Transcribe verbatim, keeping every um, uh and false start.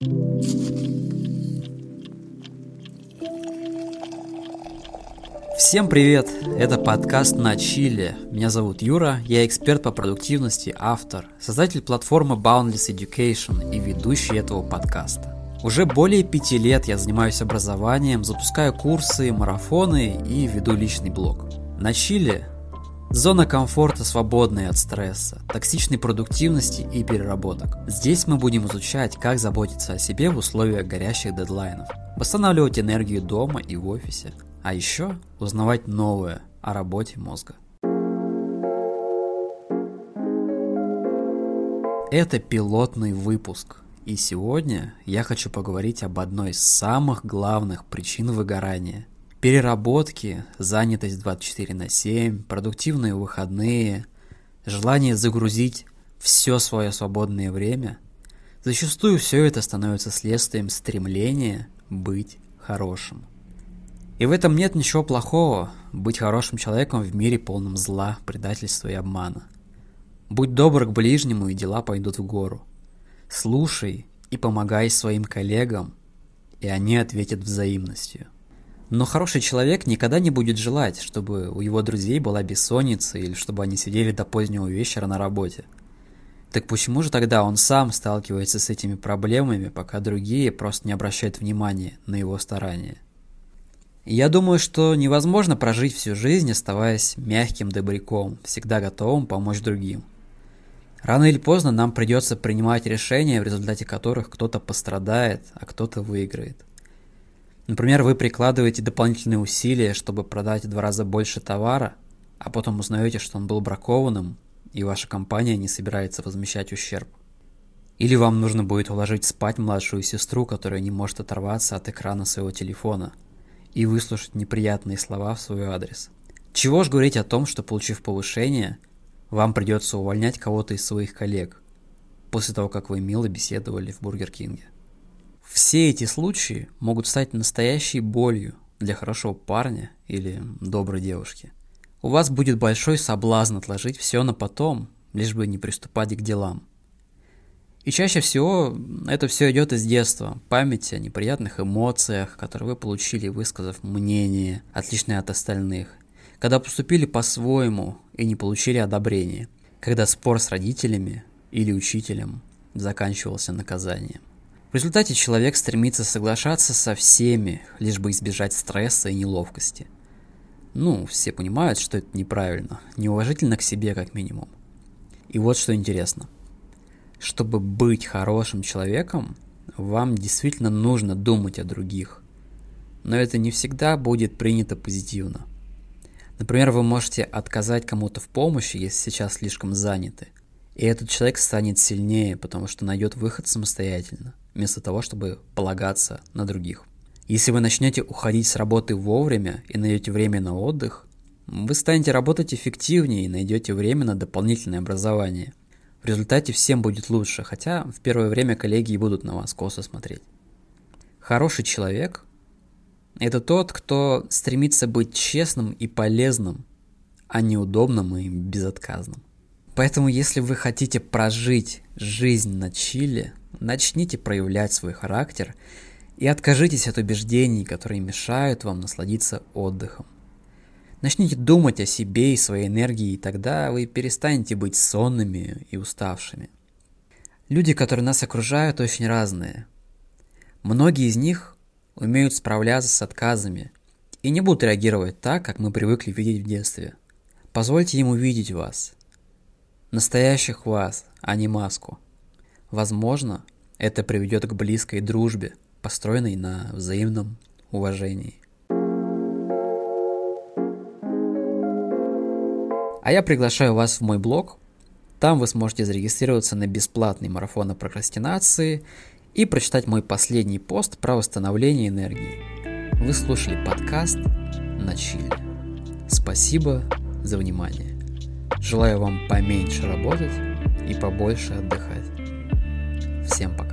Всем привет! Это подкаст «На чиле». Меня зовут Юра, я эксперт по продуктивности, автор, создатель платформы Boundless Education и ведущий этого подкаста. Уже более пяти лет я занимаюсь образованием, запускаю курсы, марафоны и веду личный блог. «На чиле» – зона комфорта, свободная от стресса, токсичной продуктивности и переработок. Здесь мы будем изучать, как заботиться о себе в условиях горящих дедлайнов, восстанавливать энергию дома и в офисе, а еще узнавать новое о работе мозга. Это пилотный выпуск, и сегодня я хочу поговорить об одной из самых главных причин выгорания. Переработки, занятость двадцать четыре на семь, продуктивные выходные, желание загрузить все свое свободное время. Зачастую все это становится следствием стремления быть хорошим. И в этом нет ничего плохого, быть хорошим человеком в мире полном зла, предательства и обмана. Будь добр к ближнему, и дела пойдут в гору. Слушай и помогай своим коллегам, и они ответят взаимностью. Но хороший человек никогда не будет желать, чтобы у его друзей была бессонница или чтобы они сидели до позднего вечера на работе. Так почему же тогда он сам сталкивается с этими проблемами, пока другие просто не обращают внимания на его старания? Я думаю, что невозможно прожить всю жизнь, оставаясь мягким добряком, всегда готовым помочь другим. Рано или поздно нам придется принимать решения, в результате которых кто-то пострадает, а кто-то выиграет. Например, вы прикладываете дополнительные усилия, чтобы продать в два раза больше товара, а потом узнаете, что он был бракованным, и ваша компания не собирается возмещать ущерб. Или вам нужно будет уложить спать младшую сестру, которая не может оторваться от экрана своего телефона, и выслушать неприятные слова в свой адрес. Чего ж говорить о том, что, получив повышение, вам придется увольнять кого-то из своих коллег, после того, как вы мило беседовали в Бургер Кинге. Все эти случаи могут стать настоящей болью для хорошего парня или доброй девушки. У вас будет большой соблазн отложить все на потом, лишь бы не приступать к делам. И чаще всего это все идет из детства, памяти о неприятных эмоциях, которые вы получили, высказав мнение, отличное от остальных, когда поступили по-своему и не получили одобрения, когда спор с родителями или учителем заканчивался наказанием. В результате человек стремится соглашаться со всеми, лишь бы избежать стресса и неловкости. Ну, все понимают, что это неправильно, неуважительно к себе как минимум. И вот что интересно. Чтобы быть хорошим человеком, вам действительно нужно думать о других. Но это не всегда будет принято позитивно. Например, вы можете отказать кому-то в помощи, если сейчас слишком заняты. И этот человек станет сильнее, потому что найдет выход самостоятельно, вместо того, чтобы полагаться на других. Если вы начнете уходить с работы вовремя и найдете время на отдых, вы станете работать эффективнее и найдете время на дополнительное образование. В результате всем будет лучше, хотя в первое время коллеги и будут на вас косо смотреть. Хороший человек – это тот, кто стремится быть честным и полезным, а не удобным и безотказным. Поэтому, если вы хотите прожить жизнь на чиле, начните проявлять свой характер и откажитесь от убеждений, которые мешают вам насладиться отдыхом. Начните думать о себе и своей энергии, и тогда вы перестанете быть сонными и уставшими. Люди, которые нас окружают, очень разные. Многие из них умеют справляться с отказами и не будут реагировать так, как мы привыкли видеть в детстве. Позвольте им увидеть вас. Настоящих вас, а не маску. Возможно, это приведет к близкой дружбе, построенной на взаимном уважении. А я приглашаю вас в мой блог. Там вы сможете зарегистрироваться на бесплатный марафон о прокрастинации и прочитать мой последний пост про восстановление энергии. Вы слушали подкаст «На чиле». Спасибо за внимание. Желаю вам поменьше работать и побольше отдыхать. Всем пока.